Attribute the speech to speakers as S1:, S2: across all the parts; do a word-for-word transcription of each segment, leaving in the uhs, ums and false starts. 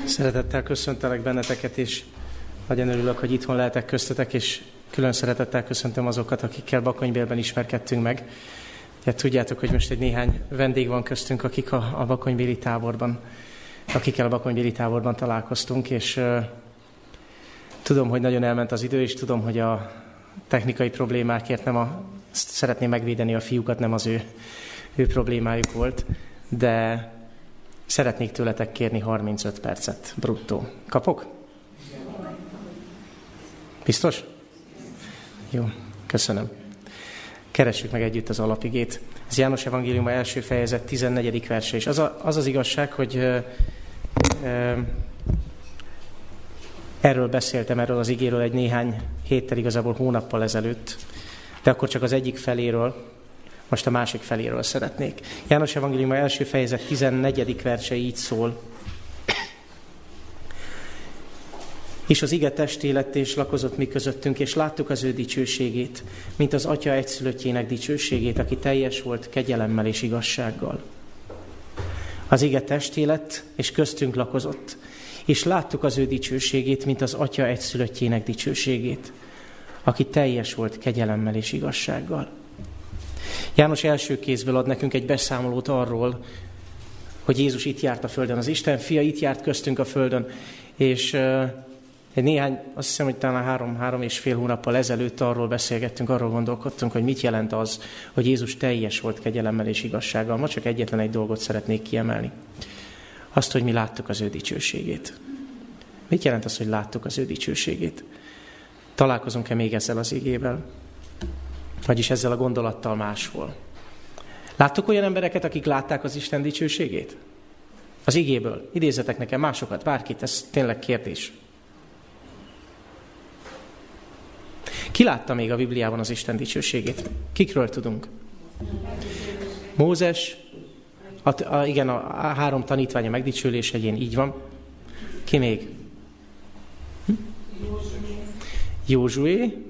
S1: Szeretettel köszöntelek benneteket, és nagyon örülök, hogy itthon lehetek köztetek, és külön szeretettel köszöntöm azokat, akikkel Bakonybélben ismerkedtünk meg. Ja, tudjátok, hogy most egy néhány vendég van köztünk, akik a, a bakonybéli táborban, akikkel a bakonybéli táborban találkoztunk, és uh, tudom, hogy nagyon elment az idő, és tudom, hogy a technikai problémákért nem a, szeretném megvédeni a fiúkat, nem az ő, ő problémájuk volt, de szeretnék tőletek kérni harmincöt percet bruttó. Kapok? Biztos? Jó, köszönöm. Keressük meg együtt az alapigét. Ez János Evangéliuma első fejezet tizennegyedik verse, és az, a, az az igazság, hogy ö, ö, erről beszéltem, erről az igéről egy néhány héttel, igazából hónappal ezelőtt, de akkor csak az egyik feléről, most a másik feléről szeretnék. János Evangéliuma első fejezet tizennegyedik verse így szól. És az ige testé lett és lakozott mi közöttünk, és láttuk az ő dicsőségét, mint az Atya egyszülöttjének dicsőségét, aki teljes volt kegyelemmel és igazsággal. Az ige testé lett, és köztünk lakozott, és láttuk az ő dicsőségét, mint az Atya egyszülöttjének dicsőségét, aki teljes volt kegyelemmel és igazsággal. János első kézből ad nekünk egy beszámolót arról, hogy Jézus itt járt a földön, az Isten fia itt járt köztünk a földön, és uh, egy néhány, azt hiszem, hogy talán három, három és fél hónappal ezelőtt arról beszélgettünk, arról gondolkodtunk, hogy mit jelent az, hogy Jézus teljes volt kegyelemmel és igazsággal. Ma csak egyetlen egy dolgot szeretnék kiemelni. Azt, hogy mi láttuk az ő dicsőségét. Mit jelent az, hogy láttuk az ő dicsőségét? Találkozunk-e még ezzel az igével? Vagyis ezzel a gondolattal máshol. Láttuk olyan embereket, akik látták az Isten dicsőségét? Az igéből. Idézzetek nekem másokat, bárkit, ez tényleg kérdés. Ki látta még a Bibliában az Isten dicsőségét? Kikről tudunk? Mózes, a, a, igen, a, a három tanítványa megdicsőlés egyén, így van. Ki még? Hm? Józsué.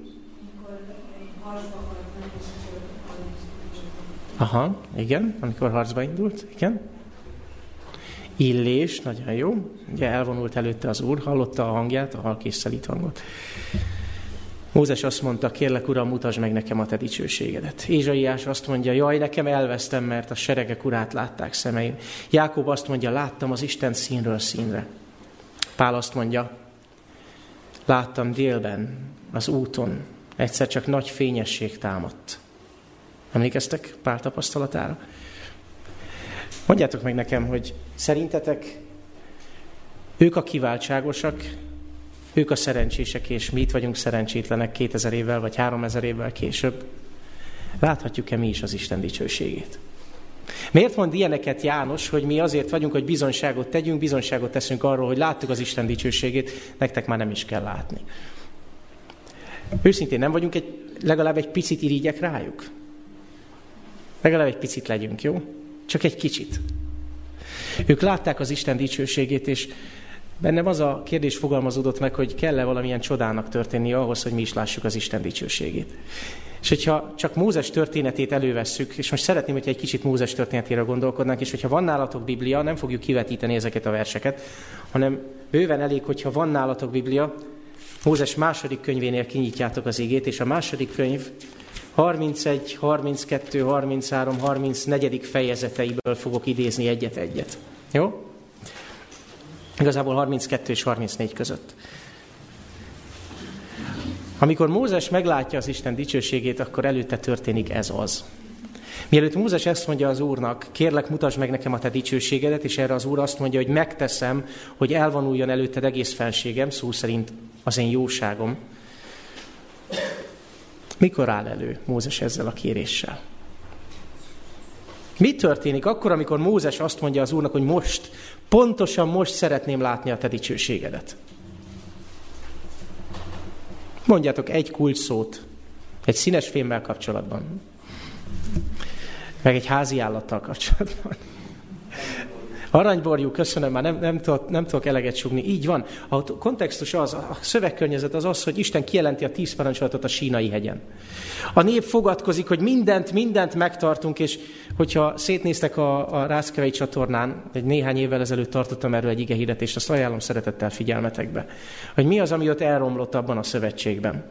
S1: Aha, igen, amikor harcba indult, igen. Illés, nagyon jó. Ugye elvonult előtte az Úr, hallotta a hangját, a halk szelíd hangot. Mózes azt mondta, kérlek Uram, mutasd meg nekem a te dicsőségedet. Ézsaiás azt mondja, jaj, nekem elvesztem, mert a seregek Urát látták szemeim. Jákob azt mondja, láttam az Isten színről színre. Pál azt mondja, láttam délben, az úton, egyszer csak nagy fényesség támadt. Emlékeztek Pál tapasztalatára? Mondjátok meg nekem, hogy szerintetek ők a kiváltságosak, ők a szerencsések, és mi itt vagyunk szerencsétlenek kétezer évvel, vagy háromezer évvel később. Láthatjuk-e mi is az Isten dicsőségét? Miért mond ilyeneket János, hogy mi azért vagyunk, hogy bizonyságot tegyünk, bizonyságot teszünk arról, hogy láttuk az Isten dicsőségét, nektek már nem is kell látni. Őszintén nem vagyunk egy, legalább egy picit irigyek rájuk? Legalább egy picit legyünk, jó? Csak egy kicsit. Ők látták az Isten dicsőségét, és bennem az a kérdés fogalmazódott meg, hogy kell-e valamilyen csodának történnie ahhoz, hogy mi is lássuk az Isten dicsőségét. És hogyha csak Mózes történetét elővesszük, és most szeretném, hogyha egy kicsit Mózes történetéről gondolkodnánk, és hogyha van nálatok Biblia, nem fogjuk kivetíteni ezeket a verseket, hanem bőven elég, hogyha van nálatok Biblia, Mózes második könyvénél kinyitjátok az igét, és a második könyv harmincegy, harminckettő, harminchárom, harmincnégy fejezeteiből fogok idézni egyet-egyet. Jó? Igazából harminckettő és harmincnégy között. Amikor Mózes meglátja az Isten dicsőségét, akkor előtte történik ez az. Mielőtt Mózes ezt mondja az Úrnak, kérlek, mutasd meg nekem a te dicsőségedet, és erre az Úr azt mondja, hogy megteszem, hogy elvonuljon előtted egész fenségem, szó szerint az én jóságom. Mikor áll elő Mózes ezzel a kéréssel? Mi történik akkor, amikor Mózes azt mondja az Úrnak, hogy most, pontosan most szeretném látni a te dicsőségedet? Mondjátok egy kulcsszót, egy színes fémmel kapcsolatban, meg egy házi állattal kapcsolatban. Aranyborjú, köszönöm, már nem, nem, tudok, nem tudok eleget sugni. Így van. A kontextus az, a szövegkörnyezet az az, hogy Isten kijelenti a tíz parancsolatot a Sínai hegyen. A nép fogadkozik, hogy mindent, mindent megtartunk, és hogyha szétnéztek a, a Ráckevei csatornán, egy néhány évvel ezelőtt tartottam erről egy igehirdetést, azt ajánlom szeretettel figyelmetekbe, hogy mi az, ami ott elromlott abban a szövetségben.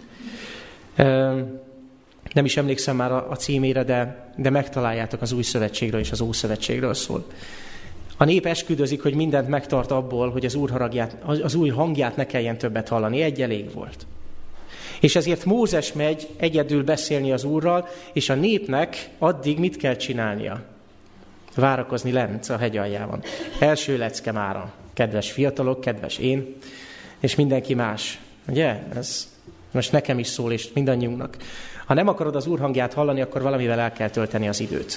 S1: Nem is emlékszem már a, a címére, de, de megtaláljátok, az új szövetségről és az Ószövetségről szól. A nép esküdözik, hogy mindent megtart abból, hogy az úr haragját, az új hangját ne kelljen többet hallani. Egy elég volt. És ezért Mózes megy egyedül beszélni az Úrral, és a népnek addig mit kell csinálnia? Várakozni lent a hegy aljában. Első lecke mára. Kedves fiatalok, kedves én, és mindenki más. Ugye? Ez most nekem is szól, és mindannyiunknak. Ha nem akarod az Úr hangját hallani, akkor valamivel el kell tölteni az időt.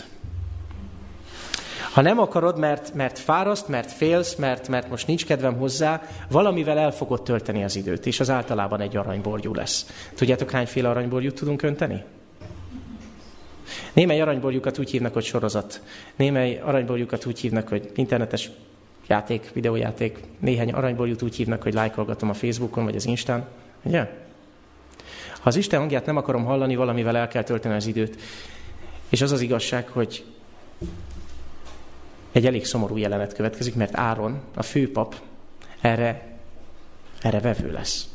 S1: Ha nem akarod, mert, mert fáraszt, mert félsz, mert, mert most nincs kedvem hozzá, valamivel el fogod tölteni az időt, és az általában egy aranyborjú lesz. Tudjátok, hányféle aranyborjút tudunk önteni? Némely aranyborjukat úgy hívnak, hogy sorozat. Némely aranyborjukat úgy hívnak, hogy internetes játék, videójáték. Néhány aranyborjút úgy hívnak, hogy lájkolgatom a Facebookon, vagy az Instán. Ugye? Ha az Isten hangját nem akarom hallani, valamivel el kell tölteni az időt. És az az igazság, hogy egy elég szomorú jelenet következik, mert Áron, a főpap, erre, erre vevő lesz.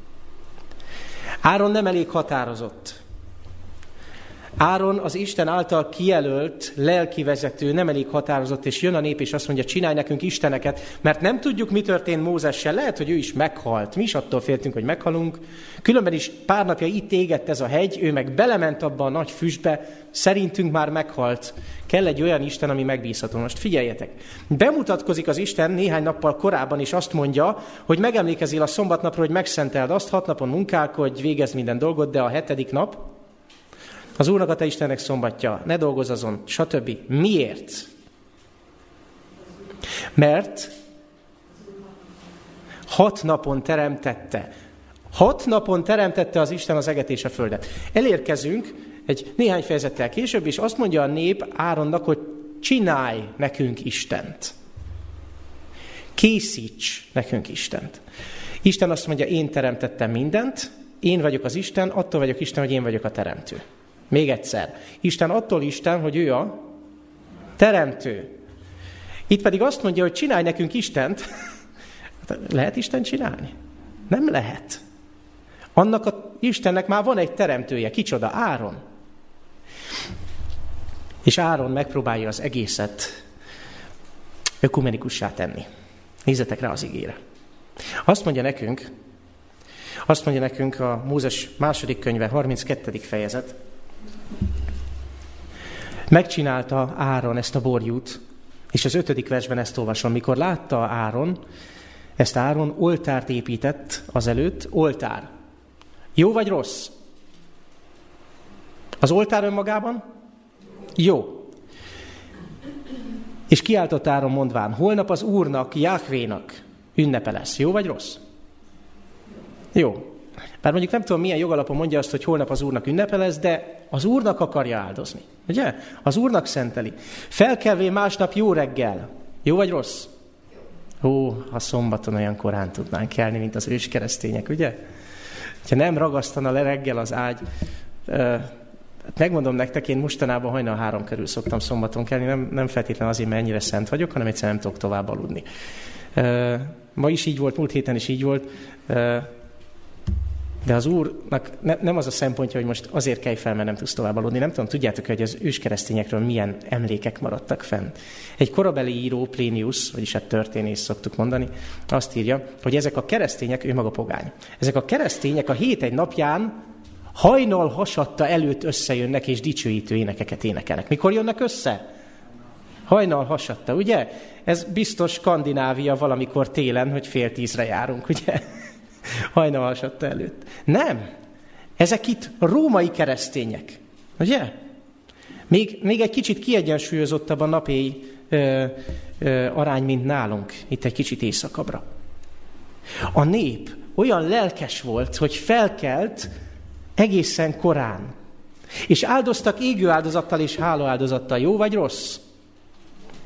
S1: Áron nem elég határozott. Áron az Isten által kijelölt lelkivezető, nem elég határozott, és jön a nép, és azt mondja, csinálj nekünk isteneket, mert nem tudjuk, mi történt Mózessel. Lehet, hogy ő is meghalt. Mi is attól féltünk, hogy meghalunk. Különben is pár napja itt égett ez a hegy, ő meg belement abba a nagy füstbe, szerintünk már meghalt. Kell egy olyan Isten, ami megbízható. Most figyeljetek. Bemutatkozik az Isten néhány nappal korábban, és azt mondja, hogy megemlékezzél a szombatnapról, hogy megszenteld azt, hat napon munkálkodj, végezd minden dolgot, de a hetedik nap az Úrnak a te Istennek szombatja, ne dolgozz azon, stb. Miért? Mert hat napon teremtette. Hat napon teremtette az Isten az eget és a földet. Elérkezünk egy néhány fejezettel később, és azt mondja a nép Áronnak, hogy csinálj nekünk Istent. Készíts nekünk Istent. Isten azt mondja, én teremtettem mindent, én vagyok az Isten, attól vagyok Isten, hogy én vagyok a teremtő. Még egyszer. Isten attól Isten, hogy ő a teremtő. Itt pedig azt mondja, hogy csinálj nekünk Istent. Lehet Isten csinálni? Nem lehet. Annak a Istennek már van egy teremtője. Kicsoda? Áron. És Áron megpróbálja az egészet ökumenikussá tenni. Nézzetek rá az igére. Azt mondja nekünk, azt mondja nekünk a Mózes második könyve, harminckettedik fejezet, megcsinálta Áron ezt a borjút, és az ötödik versben ezt olvasom. Mikor látta Áron, ezt Áron oltárt épített azelőtt, oltár. Jó vagy rossz? Az oltár önmagában? Jó. És kiáltott Áron mondván, holnap az Úrnak, Jahvénak ünnepe lesz. Jó vagy rossz? Jó. Bár mondjuk nem tudom, milyen jogalapon mondja azt, hogy holnap az Úrnak ünnepe lesz, de az Úrnak akarja áldozni. Ugye? Az Úrnak szenteli. Felkelvé másnap jó reggel. Jó vagy rossz? Ó, ha szombaton olyan korán tudnánk kelni, mint az őskeresztények, ugye? Ha nem ragasztana le reggel az ágy. Megmondom nektek, én mostanában hajnal három körül szoktam szombaton kelni, nem, nem feltétlenül azért, mert ennyire szent vagyok, hanem egyszerűen nem tudok tovább aludni. Ma is így volt, múlt héten is így volt. De az Úrnak ne, nem az a szempontja, hogy most azért kelj fel, mert nem tudsz tovább aludni. Nem tudom, tudjátok, hogy az őskeresztényekről milyen emlékek maradtak fenn. Egy korabeli író, Plinius, vagyis hát történész szoktuk mondani, azt írja, hogy ezek a keresztények, ő maga pogány, ezek a keresztények a hét egy napján hajnal hasadta előtt összejönnek és dicsőítő énekeket énekelnek. Mikor jönnek össze? Hajnal hasadta, ugye? Ez biztos Skandinávia valamikor télen, hogy fél tízre járunk, ugye? Hajnal hasadta előtt. Nem. Ezek itt római keresztények. Ugye? Még, még egy kicsit kiegyensúlyozottabb a napi ö, ö, arány, mint nálunk. Itt egy kicsit éjszakabbra. A nép olyan lelkes volt, hogy felkelt egészen korán. És áldoztak égő áldozattal és hálaáldozattal. Jó vagy rossz?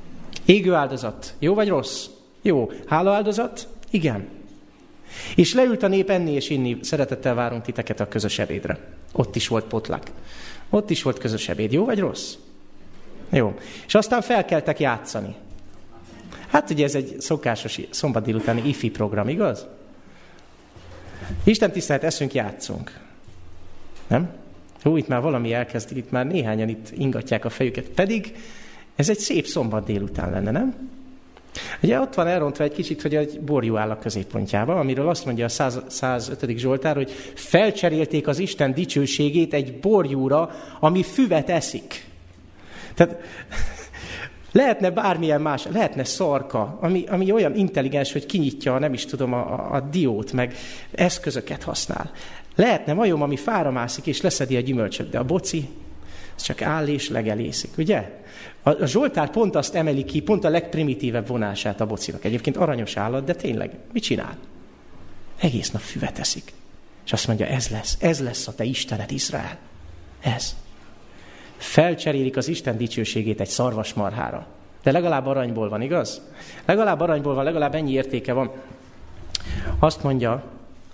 S1: Égő áldozat. Jó vagy rossz? Jó. Hálaáldozat? Igen. És leült a nép enni és inni. Szeretettel várunk titeket a közös ebédre. Ott is volt potlak. Ott is volt közös ebéd. Jó vagy rossz? Jó. És aztán felkeltek játszani. Hát ugye ez egy szokásos szombat délutáni ifi program, igaz? Isten tisztelet, eszünk, játszunk. Nem? Hú, itt már valami elkezd, itt már néhányan itt ingatják a fejüket. Pedig ez egy szép szombat délután lenne, nem? Ugye ott van elrontva egy kicsit, hogy egy borjú áll a középpontjába, amiről azt mondja a száz ötödik Zsoltár, hogy felcserélték az Isten dicsőségét egy borjúra, ami füvet eszik. Tehát lehetne bármilyen más, lehetne szarka, ami, ami olyan intelligens, hogy kinyitja, nem is tudom, a, a, a diót, meg eszközöket használ. Lehetne majom, ami fára mászik, és leszedi a gyümölcsöt, de a boci, az csak áll és legelészik, ugye? A, a Zsoltár pont azt emeli ki, pont a legprimitívebb vonását a bocinak. Egyébként aranyos állat, de tényleg, mit csinál? Egész nap füvet eszik. És azt mondja, ez lesz, ez lesz a te Istened, Izrael. Ez. Felcserélik az Isten dicsőségét egy szarvasmarhára. De legalább aranyból van, igaz? Legalább aranyból van, legalább ennyi értéke van. Azt mondja,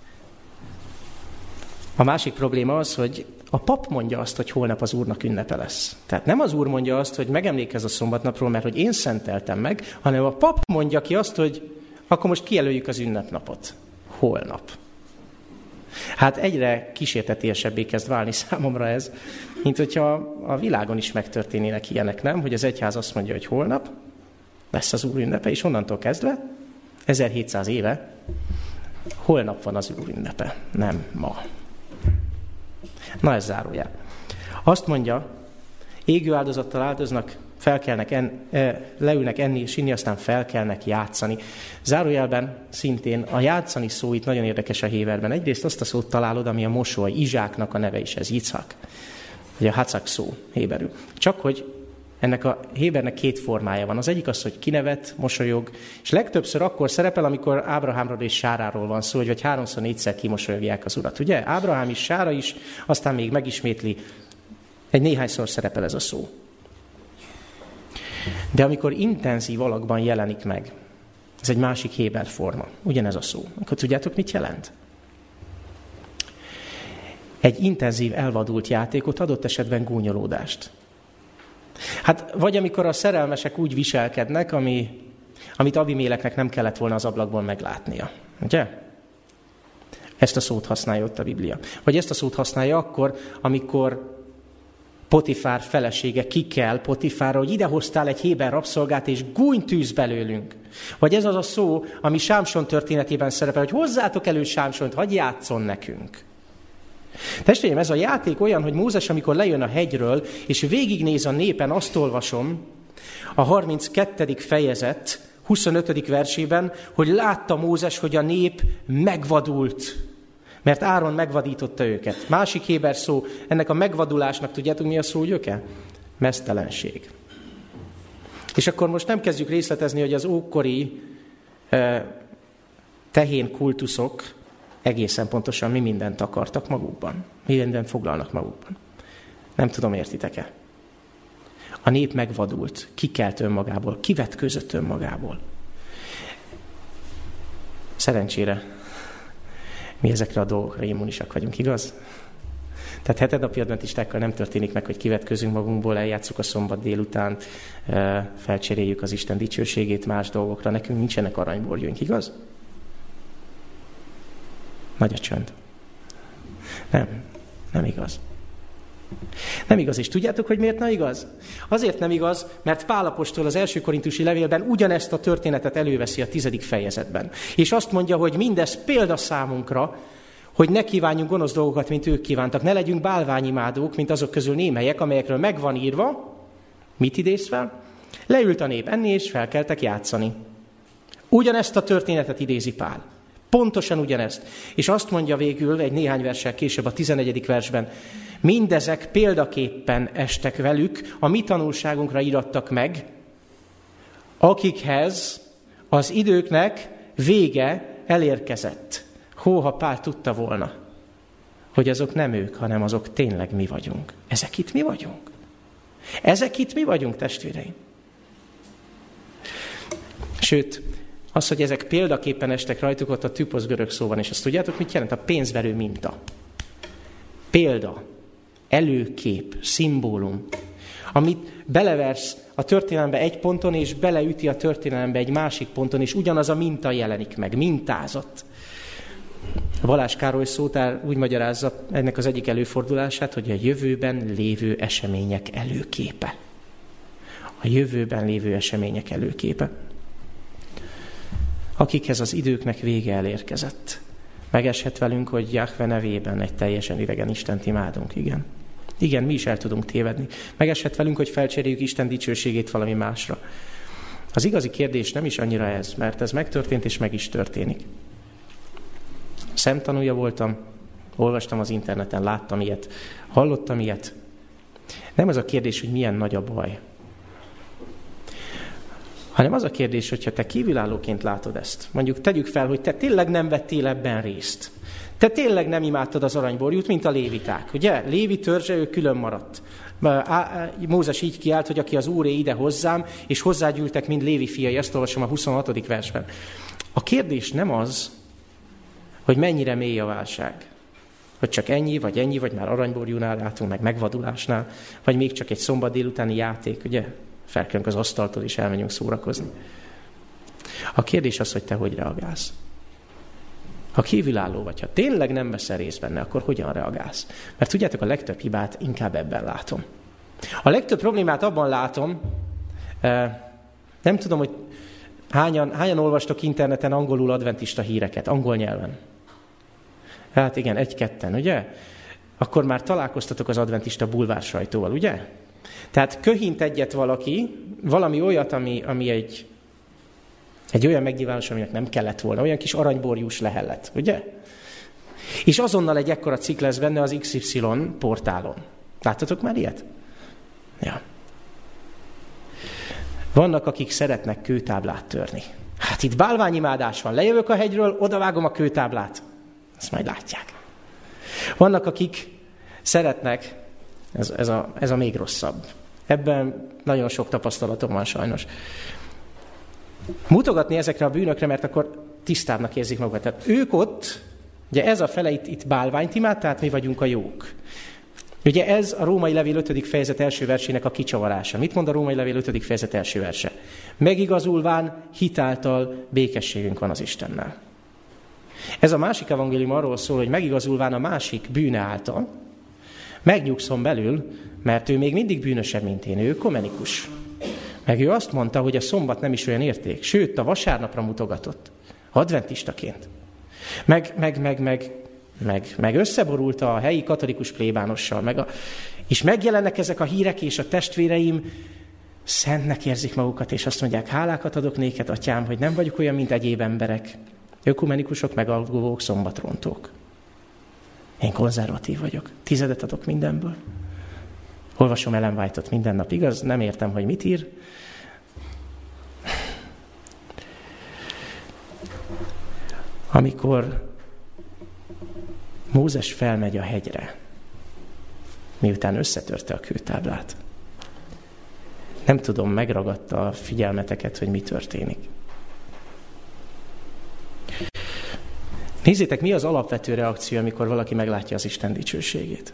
S1: a másik probléma az, hogy a pap mondja azt, hogy holnap az Úrnak ünnepe lesz. Tehát nem az Úr mondja azt, hogy megemlékezz a szombatnapról, mert hogy én szenteltem meg, hanem a pap mondja ki azt, hogy akkor most kijelöljük az ünnepnapot. Holnap. Hát egyre kísértetiesebbé kezd válni számomra ez, mint hogyha a világon is megtörténnének ilyenek, nem? Hogy az egyház azt mondja, hogy holnap lesz az Úr ünnepe, és onnantól kezdve, ezerhétszáz éve, holnap van az Úr ünnepe, nem ma. Na ez zárójel. Azt mondja, égő áldozattal áldoznak, felkelnek, en, e, leülnek enni és inni, aztán felkelnek játszani. Zárójelben szintén a játszani szó itt nagyon érdekes a héberben. Egyrészt azt a szót találod, ami a mosoly, Izsáknak a neve is, ez Yitzhak. Vagy a hacak szó héberül. Csak hogy ennek a hébernek két formája van. Az egyik az, hogy kinevet, mosolyog, és legtöbbször akkor szerepel, amikor Ábrahámról és Sáráról van szó, hogy vagy háromszor, négyszer kimosolyogják az Urat. Ugye? Ábrahám is, Sára is, aztán még megismétli. Egy néhányszor szerepel ez a szó. De amikor intenzív alakban jelenik meg, ez egy másik héber forma, ugyanez a szó. Akkor tudjátok, mit jelent? Egy intenzív, elvadult játékot, adott esetben gúnyolódást. Hát vagy amikor a szerelmesek úgy viselkednek, ami, amit Abiméleknek nem kellett volna az ablakból meglátnia. Ugye? Ezt a szót használja ott a Biblia. Vagy ezt a szót használja akkor, amikor Potifár felesége kikel Potifárra, hogy idehoztál egy héber rabszolgát, és gúnytűz belőlünk. Vagy ez az a szó, ami Sámson történetében szerepel, hogy hozzátok elő Sámsont, hadd játszon nekünk. Testvéreim, ez a játék olyan, hogy Mózes, amikor lejön a hegyről, és végignéz a népen, azt olvasom, a harminckettedik fejezet huszonötödik versében, hogy látta Mózes, hogy a nép megvadult, mert Áron megvadította őket. Másik héber szó, ennek a megvadulásnak, tudjátok mi a szó gyöke? Meztelenség. És akkor most nem kezdjük részletezni, hogy az ókori eh, tehén kultuszok egészen pontosan mi mindent akartak magukban. Mi mindent foglalnak magukban. Nem tudom, értitek-e? A nép megvadult, kikelt önmagából, kivetkőzött önmagából. Szerencsére mi ezekre a dolgokra immunisak vagyunk, igaz? Tehát hetenapi adventistákkal nem történik meg, hogy kivetközünk magunkból, eljátszuk a szombat délután, felcseréljük az Isten dicsőségét más dolgokra. Nekünk nincsenek aranyborjunk, igaz? Nagy a csönd. Nem, nem igaz. Nem igaz, és tudjátok, hogy miért nem igaz? Azért nem igaz, mert Pál apostol az első korintusi levélben ugyanezt a történetet előveszi a tizedik fejezetben. És azt mondja, hogy mindez példa számunkra, hogy ne kívánjunk gonosz dolgokat, mint ők kívántak. Ne legyünk bálványimádók, mint azok közül némelyek, amelyekről megvan írva. Mit idéz fel? Leült a nép enni, és felkeltek játszani. Ugyanezt a történetet idézi Pál. Pontosan ugyanezt. És azt mondja végül, egy néhány verssel később, a tizennegyedik versben, mindezek példaképpen estek velük, a mi tanulságunkra irattak meg, akikhez az időknek vége elérkezett. Hó, ha Pál tudta volna, hogy azok nem ők, hanem azok tényleg mi vagyunk. Ezek itt mi vagyunk. Ezek itt mi vagyunk, testvéreim. Sőt, az, hogy ezek példaképpen estek rajtuk, ott a typos görög szó van, és azt tudjátok, mit jelent? A pénzverő minta. Példa, előkép, szimbólum, amit beleversz a történelembe egy ponton, és beleüti a történelembe egy másik ponton, és ugyanaz a minta jelenik meg, mintázat. Balázs Károly szótár úgy magyarázza ennek az egyik előfordulását, hogy a jövőben lévő események előképe. A jövőben lévő események előképe. Akikhez az időknek vége elérkezett. Megeshet velünk, hogy Jahve nevében egy teljesen idegen Istent imádunk, igen. Igen, mi is el tudunk tévedni. Megeshet velünk, hogy felcseréljük Isten dicsőségét valami másra. Az igazi kérdés nem is annyira ez, mert ez megtörtént és meg is történik. Szemtanúja voltam, olvastam az interneten, láttam ilyet, hallottam ilyet. Nem az a kérdés, hogy milyen nagy a baj, hanem az a kérdés, hogyha te kívülállóként látod ezt. Mondjuk tegyük fel, hogy te tényleg nem vettél ebben részt. Te tényleg nem imádtad az aranyborjút, mint a léviták. Ugye? Lévi törzse, ő külön maradt. Mózes így kiált, hogy aki az Úré ide hozzám, és hozzágyűltek mind Lévi fiai. Ezt olvasom a huszonhatodik versben. A kérdés nem az, hogy mennyire mély a válság. Hogy csak ennyi, vagy ennyi, vagy már aranyborjúnál látunk, meg megvadulásnál, vagy még csak egy szombat délutáni játék, ugye? Felkelünk az asztaltól, és elmegyünk szórakozni. A kérdés az, hogy te hogy reagálsz. Ha kívülálló vagy, ha tényleg nem veszel részt benne, akkor hogyan reagálsz? Mert tudjátok, a legtöbb hibát inkább ebben látom. A legtöbb problémát abban látom, nem tudom, hogy hányan, hányan olvastok interneten angolul adventista híreket, angol nyelven. Hát igen, egy-ketten, ugye? Akkor már találkoztatok az adventista bulvár sajtóval, ugye? Tehát köhint egyet valaki, valami olyat, ami, ami egy, egy olyan megnyilvánulás, aminek nem kellett volna, olyan kis aranyborjús lehellet, ugye? És azonnal egy ekkora cikk lesz benne az iksz ipszilon portálon. Láttatok már ilyet? Ja. Vannak, akik szeretnek kőtáblát törni. Hát itt bálványimádás van, lejövök a hegyről, odavágom a kőtáblát. Ezt majd látják. Vannak, akik szeretnek, ez, ez, a, ez a még rosszabb. Ebben nagyon sok tapasztalatom van sajnos. Mutogatni ezekre a bűnökre, mert akkor tisztábbnak érzik magukat. Tehát ők ott, ugye ez a fele itt, itt bálványt imád, tehát mi vagyunk a jók. Ugye ez a Római Levél ötödik fejezet első versének a kicsavarása. Mit mond a Római Levél ötödik fejezet első verse? Megigazulván hitáltal békességünk van az Istennel. Ez a másik evangélium arról szól, hogy megigazulván a másik bűne által, megnyugszom belül, mert ő még mindig bűnösebb, mint én, ő ökumenikus. Meg ő azt mondta, hogy a szombat nem is olyan érték, sőt, a vasárnapra mutogatott, adventistaként. Meg, meg, meg, meg, meg, meg összeborult a helyi katolikus plébánossal, meg a, és megjelennek ezek a hírek, és a testvéreim szentnek érzik magukat, és azt mondják, hálákat adok néked, atyám, hogy nem vagyok olyan, mint egyéb emberek. Ökumenikusok, megalgóvók, szombatrontók. Én konzervatív vagyok. Tizedet adok mindenből. Olvasom Ellen White-ot minden nap, igaz? Nem értem, hogy mit ír. Amikor Mózes felmegy a hegyre, miután összetörte a kőtáblát, nem tudom, megragadta a figyelmeteket, hogy mi történik. Nézzétek, mi az alapvető reakció, amikor valaki meglátja az Isten dicsőségét.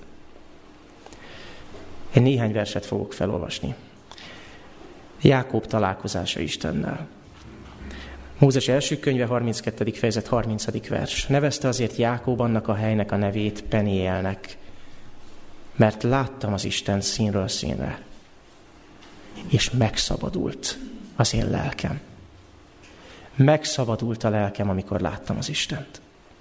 S1: Én néhány verset fogok felolvasni. Jákob találkozása Istennel. Mózes első könyve, harminckettedik fejezet, harmincadik vers. Nevezte azért Jákob annak a helynek a nevét Penielnek, mert láttam az Isten színről színre, és megszabadult az én lelkem. Megszabadult a lelkem, amikor láttam az Istent.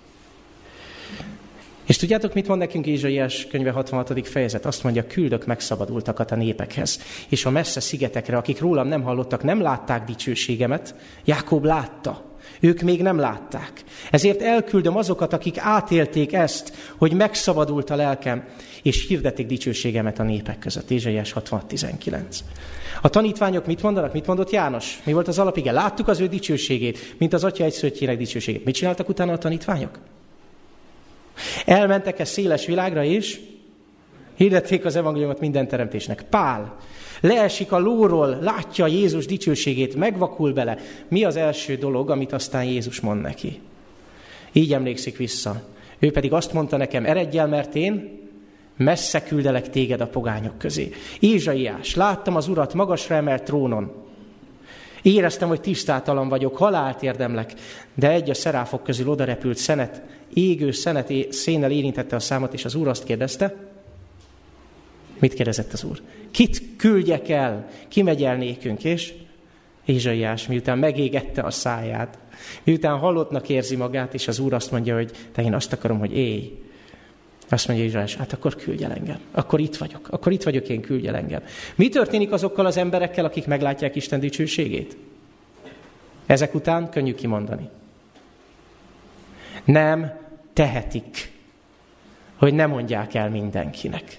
S1: És tudjátok, mit mond nekünk Ézsaiás könyve hatvanhatodik fejezet? Azt mondja, küldök megszabadultakat a népekhez, és a messze szigetekre, akik rólam nem hallottak, nem látták dicsőségemet. Jákob látta, ők még nem látták. Ezért elküldöm azokat, akik átélték ezt, hogy megszabadult a lelkem, és hirdetik dicsőségemet a népek között. Ézsaiás hatvanhat tizenkilenc. A tanítványok mit mondanak? Mit mondott János? Mi volt az alapige? Láttuk az ő dicsőségét, mint az Atya egyszülöttjének dicsőségét. Mit csináltak utána a tanítványok? Elmentek-e széles világra is? Hirdették az evangéliumot minden teremtésnek. Pál leesik a lóról, látja Jézus dicsőségét, megvakul bele. Mi az első dolog, amit aztán Jézus mond neki? Így emlékszik vissza. Ő pedig azt mondta nekem, eredj el, mert én messze küldelek téged a pogányok közé. Ézsaiás, láttam az Urat magasra emelt trónon. Éreztem, hogy tisztátalan vagyok, halált érdemlek, de egy a szeráfok közül odarepült szenet, égő szenet é- szénnel érintette a számat, és az Úr azt kérdezte. Mit kérdezett az Úr? Kit küldjek el? Ki megy el nékünk? És Ézsaiás, miután megégette a száját, miután halottnak érzi magát, és az Úr azt mondja, hogy te én azt akarom, hogy élj. Azt mondja Ézsaiás, hát akkor küldj el engem. Akkor itt vagyok. Akkor itt vagyok én, küldj el engem. Mi történik azokkal az emberekkel, akik meglátják Isten dicsőségét? Ezek után könnyű kimondani. Nem tehetik, hogy ne mondják el mindenkinek.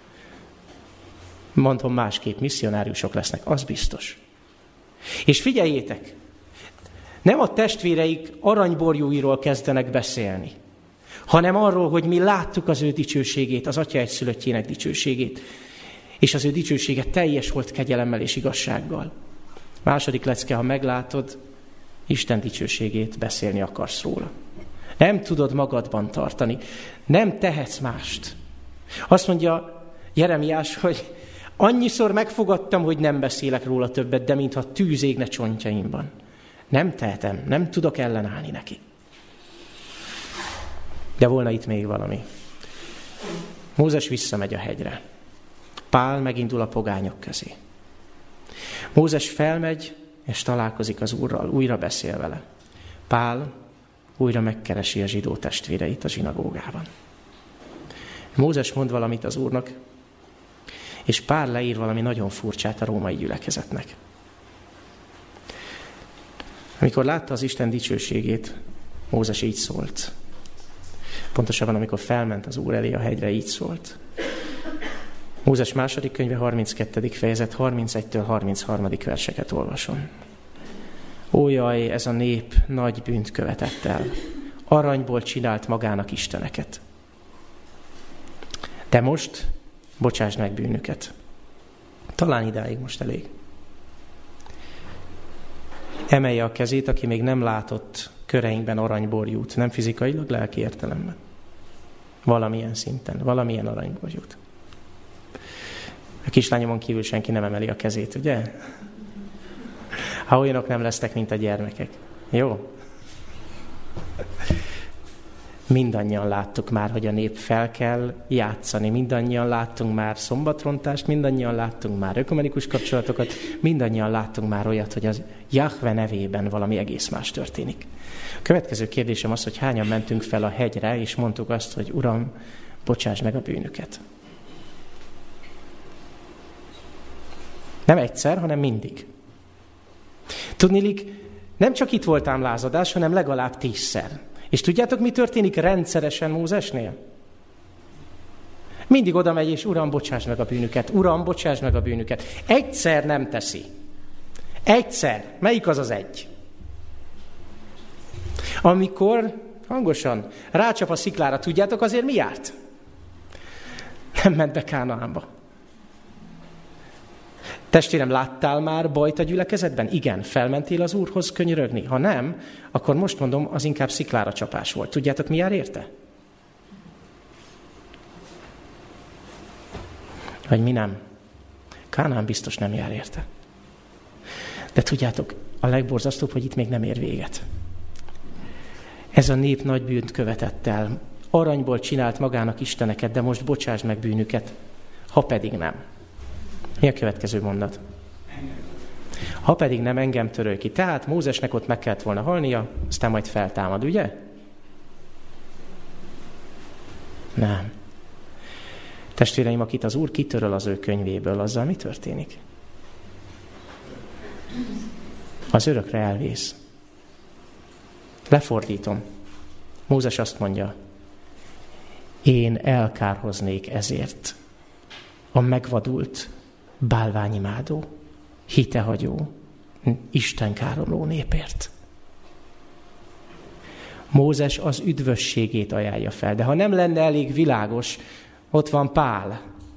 S1: Mondom másképp, misszionáriusok lesznek, az biztos. És figyeljétek, nem a testvéreik aranyborjúiról kezdenek beszélni, hanem arról, hogy mi láttuk az ő dicsőségét, az Atya egyszülöttjének dicsőségét, és az ő dicsősége teljes volt kegyelemmel és igazsággal. Második lecke, ha meglátod Isten dicsőségét, beszélni akarsz róla. Nem tudod magadban tartani, nem tehetsz mást. Azt mondja Jeremiás, hogy annyiszor megfogadtam, hogy nem beszélek róla többet, de mintha tűz égne csontjaimban. Nem tehetem, nem tudok ellenállni neki. De volna itt még valami. Mózes visszamegy a hegyre. Pál megindul a pogányok közé. Mózes felmegy, és találkozik az Úrral, újra beszél vele. Pál újra megkeresi a zsidó testvéreit a zsinagógában. Mózes mond valamit az Úrnak, és Pál leír valami nagyon furcsát a római gyülekezetnek. Amikor látta az Isten dicsőségét, Mózes így szólt. Pontosabban, amikor felment az Úr elé a hegyre, így szólt. Mózes második könyve, harminckettedik fejezet, harmincegytől harmincharmadik verseket olvasom. Ó jaj, ez a nép nagy bűnt követett el. Aranyból csinált magának isteneket. De most bocsásd meg bűnüket. Talán idáig most elég. Emelje a kezét, aki még nem látott köreinkben aranyborjút, nem fizikailag, lelki értelemben. Valamilyen szinten, valamilyen aranyborjút. A kislányomon kívül senki nem emeli a kezét, ugye? Ha olyanok nem lesztek, mint a gyermekek. Jó? Mindannyian láttuk már, hogy a nép fel kell játszani, mindannyian láttunk már szombatrontást, mindannyian láttunk már ökumenikus kapcsolatokat, mindannyian láttunk már olyat, hogy az Jahve nevében valami egész más történik. A következő kérdésem az, hogy hányan mentünk fel a hegyre, és mondtuk azt, hogy Uram, bocsáss meg a bűnüket. Nem egyszer, hanem mindig. Tudniillik, nem csak itt volt ám lázadás, hanem legalább tízszer. És tudjátok, mi történik rendszeresen Mózesnél? Mindig oda megy, és Uram, bocsáss meg a bűnüket. Uram, bocsáss meg a bűnüket. Egyszer nem teszi. Egyszer. Melyik az az egy? Amikor, hangosan, rácsap a sziklára, tudjátok azért mi járt? Nem ment be Kánaánba. Testvérem, láttál már bajt a gyülekezetben? Igen. Felmentél az Úrhoz könyörögni? Ha nem, akkor most mondom, az inkább sziklára csapás volt. Tudjátok, mi jár érte? Vagy mi nem? Kánaán biztos nem jár érte. De tudjátok, a legborzasztóbb, hogy itt még nem ér véget. Ez a nép nagy bűnt követett el. Aranyból csinált magának isteneket, de most bocsásd meg bűnüket, ha pedig nem. Mi a következő mondat? Ha pedig nem, engem töröl ki. Tehát Mózesnek ott meg kellett volna halnia, aztán majd feltámad, ugye? Nem. Testvéreim, akit az Úr kitöröl az ő könyvéből, azzal mi történik? Az örökre elvész. Lefordítom. Mózes azt mondja, én elkárhoznék ezért a megvadult, bálványimádó, hitehagyó, istenkáromló népért. Mózes az üdvösségét ajánlja fel, de ha nem lenne elég világos, ott van Pál,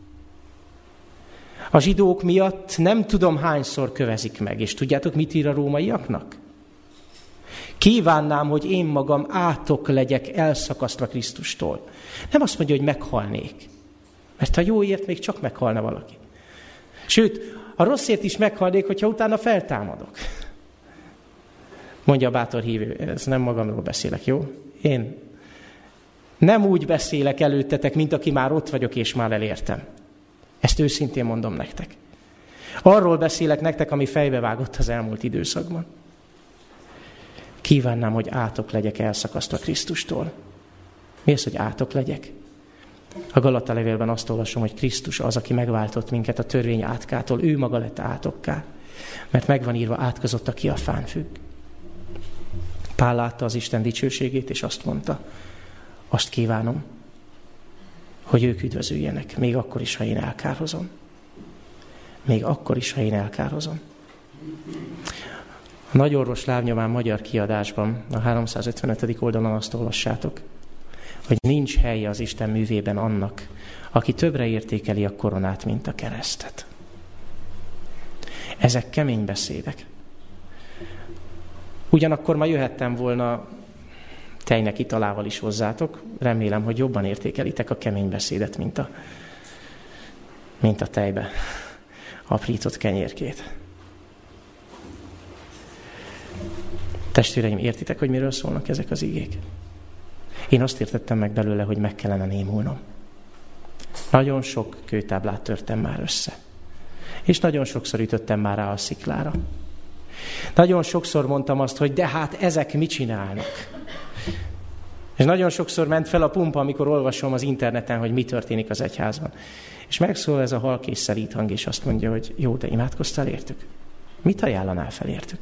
S1: A zsidók miatt nem tudom hányszor kövezik meg. És tudjátok, mit ír a rómaiaknak? Kívánnám, hogy én magam átok legyek elszakasztva Krisztustól. Nem azt mondja, hogy meghalnék. Mert ha jóért, még csak meghalna valaki. Sőt, a rosszért is meghalnék, hogyha utána feltámadok. Mondja a bátor hívő, ez nem magamról beszélek, jó? Én nem úgy beszélek előttetek, mint aki már ott vagyok és már elértem. Ezt őszintén mondom nektek. Arról beszélek nektek, ami fejbevágott az elmúlt időszakban. Kívánnám, hogy átok legyek elszakasztva Krisztustól. Mi az, hogy átok legyek? A Galata levélben azt olvasom, hogy Krisztus az, aki megváltott minket a törvény átkától, ő maga lett átokká. Mert megvan írva, átkozott, aki a fán függ. Pál látta az Isten dicsőségét, és azt mondta, azt kívánom, hogy ők üdvözüljenek, még akkor is, ha én elkárhozom. Még akkor is, ha én elkárhozom. A Nagyorvos lábnyomán magyar kiadásban, a háromszázötvenötödik oldalon azt olvassátok, hogy nincs helye az Isten művében annak, aki többre értékeli a koronát, mint a keresztet. Ezek kemény beszédek. Ugyanakkor ma jöhettem volna tejnek italával is hozzátok. Remélem, hogy jobban értékelitek a kemény beszédet, mint a, mint a tejbe aprított kenyérkét. Testvéreim, értitek, hogy miről szólnak ezek az igék? Én azt értettem meg belőle, hogy meg kellene némulnom. Nagyon sok kőtáblát törtem már össze. És nagyon sokszor ütöttem már rá a sziklára. Nagyon sokszor mondtam azt, hogy de hát ezek mit csinálnak? És nagyon sokszor ment fel a pumpa, amikor olvasom az interneten, hogy mi történik az egyházban. És megszól ez a halk és szerít hang, és azt mondja, hogy jó, de imádkoztál értük? Mit ajánlanál fel értük?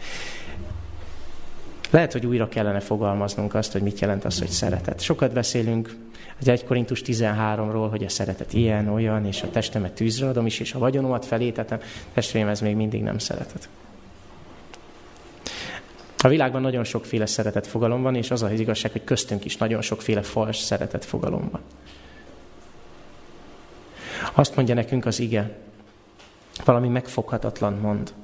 S1: Lehet, hogy újra kellene fogalmaznunk azt, hogy mit jelent az, hogy szeretet. Sokat beszélünk az egy Korintus tizenháromról, hogy a szeretet ilyen, olyan, és a testemet tűzre adom is, és a vagyonomat felétetem. Testvérem, ez még mindig nem szeretet. A világban nagyon sokféle szeretet fogalom van, és az az igazság, hogy köztünk is nagyon sokféle fals szeretet fogalom van. Azt mondja nekünk az ige, valami megfoghatatlan mond,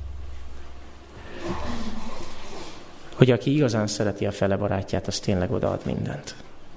S1: hogy aki igazán szereti a fele barátját, az tényleg odaad mindent.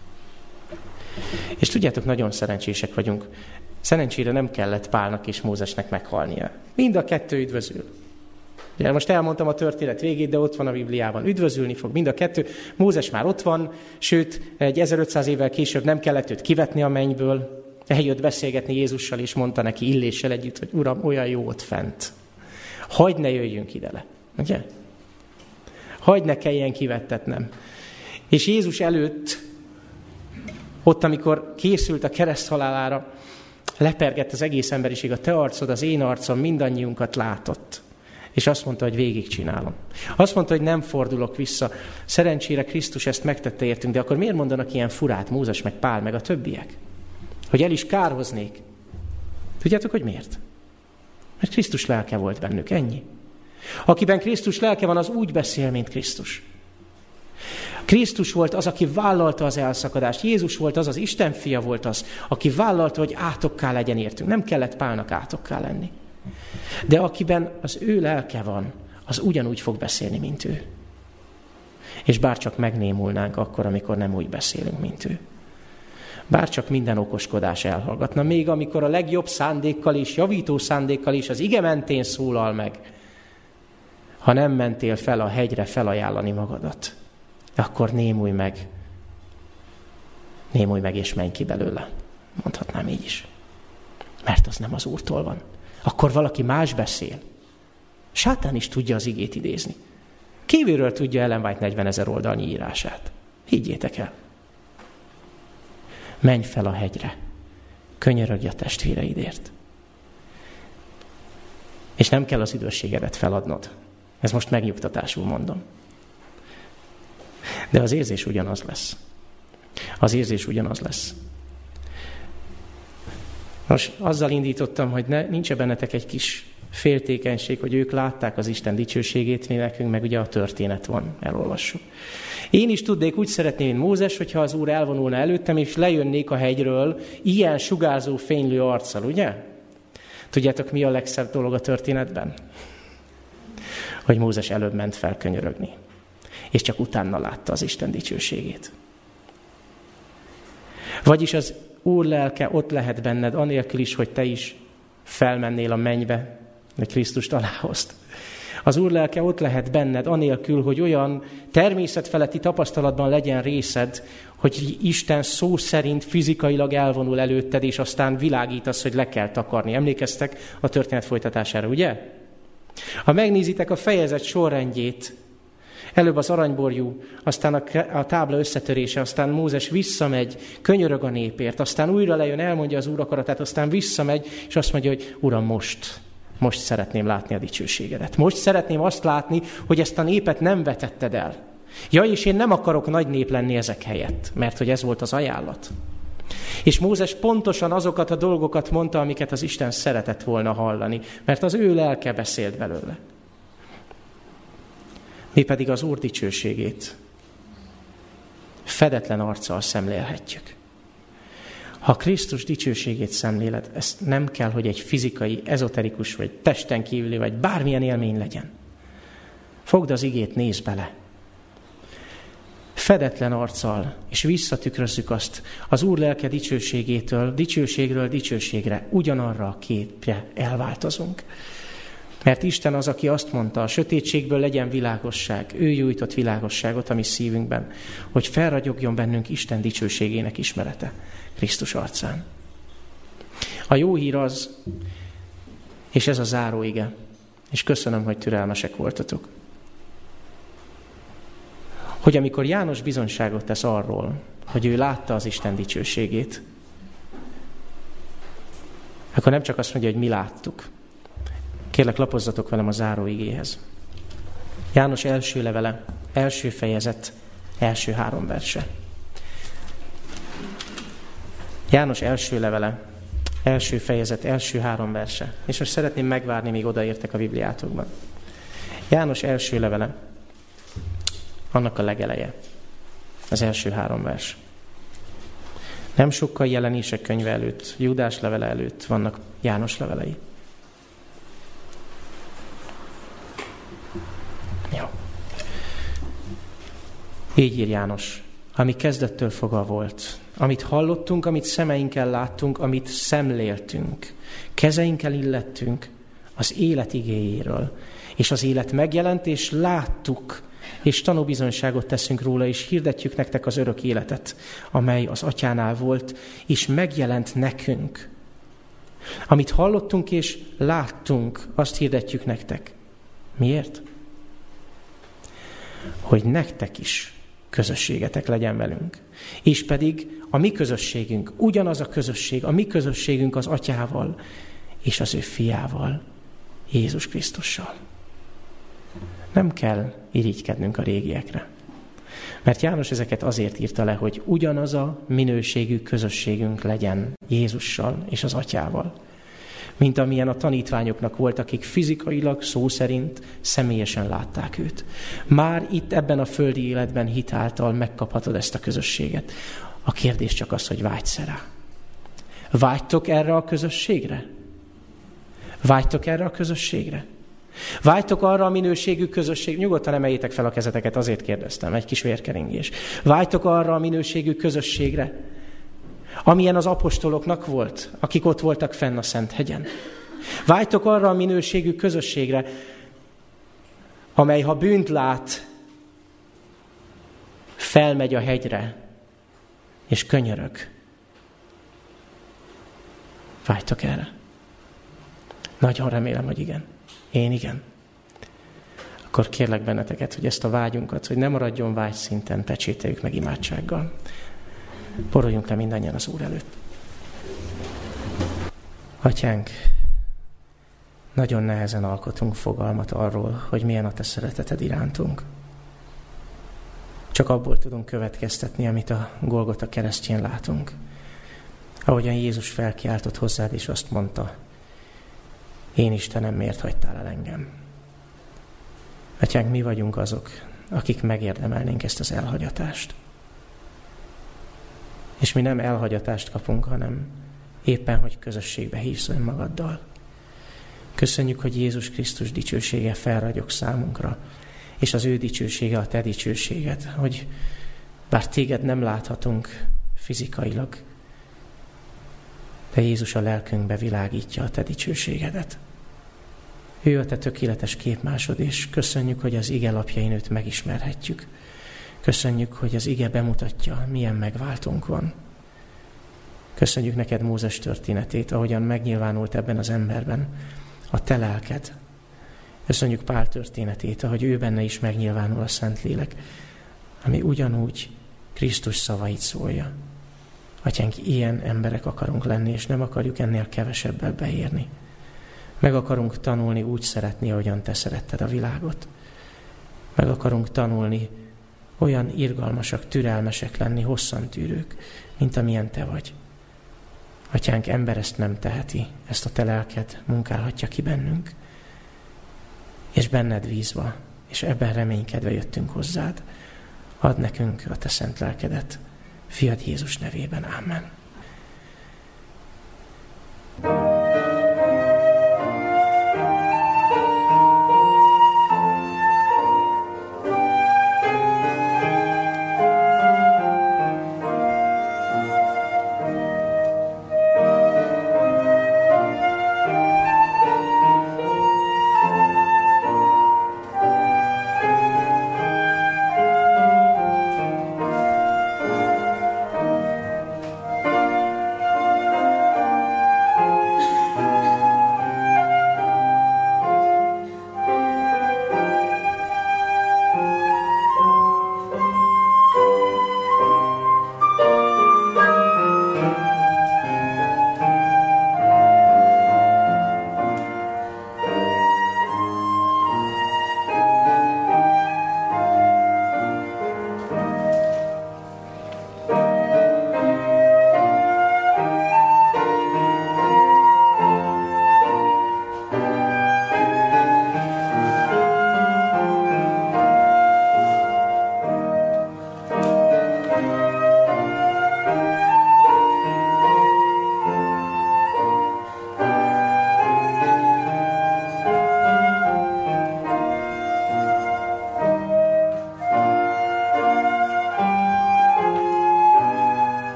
S1: És tudjátok, nagyon szerencsések vagyunk. Szerencsére nem kellett Pálnak és Mózesnek meghalnia. Mind a kettő üdvözül. Ugye most elmondtam a történet végét, de ott van a Bibliában. Üdvözülni fog mind a kettő. Mózes már ott van, sőt, egy ezerötszáz évvel később nem kellett őt kivetni a mennyből. Eljött beszélgetni Jézussal, és mondta neki Illéssel együtt, hogy Uram, olyan jó ott fent. Hagyd ne jöjjünk ide le. Ugye? Hagyd ne kelljen kivettetnem. És Jézus előtt, ott, amikor készült a kereszthalálára, lepergett az egész emberiség, a te arcod, az én arcom mindannyiunkat látott. És azt mondta, hogy végigcsinálom. Azt mondta, hogy nem fordulok vissza. Szerencsére Krisztus ezt megtette értünk, de akkor miért mondanak ilyen furát Mózes, meg Pál, meg a többiek? Hogy el is kárhoznék. Tudjátok, hogy miért? Mert Krisztus lelke volt bennük, ennyi. Akiben Krisztus lelke van, az úgy beszél, mint Krisztus. Krisztus volt az, aki vállalta az elszakadást. Jézus volt az, az Isten fia volt az, aki vállalta, hogy átokká legyen értünk. Nem kellett Pálnak átokká lenni. De akiben az ő lelke van, az ugyanúgy fog beszélni, mint ő. És bárcsak megnémulnánk akkor, amikor nem úgy beszélünk, mint ő. Bárcsak minden okoskodás elhallgatna, még amikor a legjobb szándékkal és javító szándékkal is az ige mentén szólal meg, ha nem mentél fel a hegyre felajánlani magadat, akkor némulj meg, némulj meg és menj ki belőle. Mondhatnám így is. Mert az nem az Úrtól van. Akkor valaki más beszél. Sátán is tudja az igét idézni. Kívülről tudja Ellen White negyvenezer oldalnyi írását. Higgyétek el. Menj fel a hegyre. Könyörögj a testvéreidért. És nem kell az üdvösségedet feladnod. Ez most megnyugtatásul mondom. De az érzés ugyanaz lesz. Az érzés ugyanaz lesz. Most azzal indítottam, hogy ne, nincs bennetek egy kis féltékenység, hogy ők látták az Isten dicsőségét, mi nekünk meg ugye a történet van, elolvassuk. Én is tudnék úgy szeretni, mint Mózes, hogyha az Úr elvonulna előttem, és lejönnék a hegyről ilyen sugárzó, fénylő arccal, ugye? Tudjátok, mi a legszebb dolog a történetben? Hogy Mózes előbb ment fel könyörögni, és csak utána látta az Isten dicsőségét. Vagyis az Úr lelke ott lehet benned, anélkül is, hogy te is felmennél a mennybe, hogy Krisztust aláhozt. Az Úr lelke ott lehet benned, anélkül, hogy olyan természetfeletti tapasztalatban legyen részed, hogy Isten szó szerint fizikailag elvonul előtted, és aztán világítasz, hogy le kell takarni. Emlékeztek a történet folytatására, ugye? Ha megnézitek a fejezet sorrendjét, előbb az aranyborjú, aztán a tábla összetörése, aztán Mózes visszamegy, könyörög a népért, aztán újra lejön, elmondja az Úr akaratát, aztán visszamegy, és azt mondja, hogy Uram, most, most szeretném látni a dicsőségedet. Most szeretném azt látni, hogy ezt a népet nem vetetted el. Ja, és én nem akarok nagy nép lenni ezek helyett, mert hogy ez volt az ajánlat. És Mózes pontosan azokat a dolgokat mondta, amiket az Isten szeretett volna hallani, mert az ő lelke beszélt belőle. Mi pedig az Úr dicsőségét fedetlen arccal szemlélhetjük. Ha Krisztus dicsőségét szemléled, ez nem kell, hogy egy fizikai, ezoterikus, vagy testen kívüli, vagy bármilyen élmény legyen. Fogd az igét, nézd bele. Fedetlen arccal, és visszatükrözzük azt az Úr lelke dicsőségétől, dicsőségről dicsőségre, ugyanarra a képre elváltozunk. Mert Isten az, aki azt mondta, a sötétségből legyen világosság, ő nyújtott világosságot a mi szívünkben, hogy felragyogjon bennünk Isten dicsőségének ismerete Krisztus arcán. A jó hír az, és ez a záróige, és köszönöm, hogy türelmesek voltatok, hogy amikor János bizonyságot tesz arról, hogy ő látta az Isten dicsőségét, akkor nem csak azt mondja, hogy mi láttuk. Kérlek, lapozzatok velem a záróigéhez. János első levele, első fejezet, első három verse. János első levele, első fejezet, első három verse. És most szeretném megvárni, míg odaértek a Bibliátokban. János első levele, annak a legeleje, az első három vers. Nem sokkal Jelenések könyve előtt, Júdás levele előtt vannak János levelei. Jó. Így ír János, ami kezdettől fogva volt, amit hallottunk, amit szemeinkkel láttunk, amit szemléltünk, kezeinkkel illettünk az élet igéjéről, és az élet megjelent, és láttuk, és tanúbizonyságot teszünk róla, és hirdetjük nektek az örök életet, amely az Atyánál volt, és megjelent nekünk. Amit hallottunk és láttunk, azt hirdetjük nektek. Miért? Hogy nektek is közösségetek legyen velünk. És pedig a mi közösségünk, ugyanaz a közösség, a mi közösségünk az Atyával, és az ő fiával, Jézus Krisztussal. Nem kell irigykednünk a régiekre. Mert János ezeket azért írta le, hogy ugyanaz a minőségű közösségünk legyen Jézussal és az Atyával. Mint amilyen a tanítványoknak volt, akik fizikailag, szó szerint személyesen látták őt. Már itt ebben a földi életben hitáltal megkaphatod ezt a közösséget. A kérdés csak az, hogy vágysz rá. Vágytok erre a közösségre? Vágytok erre a közösségre? Vágytok arra a minőségű közösség, nyugodtan emeljétek fel a kezeteket, azért kérdeztem, egy kis vérkeringés. Vágytok arra a minőségű közösségre, amilyen az apostoloknak volt, akik ott voltak fenn a Szenthegyen. Vágytok arra a minőségű közösségre, amely ha bűnt lát, felmegy a hegyre, és könyörög. Vágytok erre? Nagyon remélem, hogy igen. Én igen. Akkor kérlek benneteket, hogy ezt a vágyunkat, hogy ne maradjon vágy szinten, pecsételjük meg imádsággal. Boruljunk le mindannyian az Úr előtt. Atyánk, nagyon nehezen alkotunk fogalmat arról, hogy milyen a te szereteted irántunk. Csak abból tudunk következtetni, amit a Golgota keresztjén látunk. Ahogyan Jézus felkiáltott hozzád, és azt mondta, én Istenem, miért hagytál el engem? Atyánk, mi vagyunk azok, akik megérdemelnénk ezt az elhagyatást. És mi nem elhagyatást kapunk, hanem éppen, hogy közösségbe hívsz önmagaddal. Köszönjük, hogy Jézus Krisztus dicsősége felragyog számunkra, és az ő dicsősége a te dicsőséged, hogy bár téged nem láthatunk fizikailag, de Jézus a lelkünkbe világítja a te dicsőségedet. Ő a te tökéletes képmásod, és köszönjük, hogy az ige lapjain őt megismerhetjük. Köszönjük, hogy az ige bemutatja, milyen megváltónk van. Köszönjük neked Mózes történetét, ahogyan megnyilvánult ebben az emberben a te lelked. Köszönjük Pál történetét, ahogy ő benne is megnyilvánul a Szentlélek, ami ugyanúgy Krisztus szavait szólja. Atyánk, ilyen emberek akarunk lenni, és nem akarjuk ennél kevesebbel beérni. Meg akarunk tanulni úgy szeretni, ahogyan te szeretted a világot. Meg akarunk tanulni olyan irgalmasak, türelmesek lenni, hosszantűrők, mint amilyen te vagy. Atyánk, ember ezt nem teheti, ezt a te lelked munkálhatja ki bennünk. És benned bízva, és ebben reménykedve jöttünk hozzád. Add nekünk a te szent lelkedet. Fiad Jézus nevében. Amen.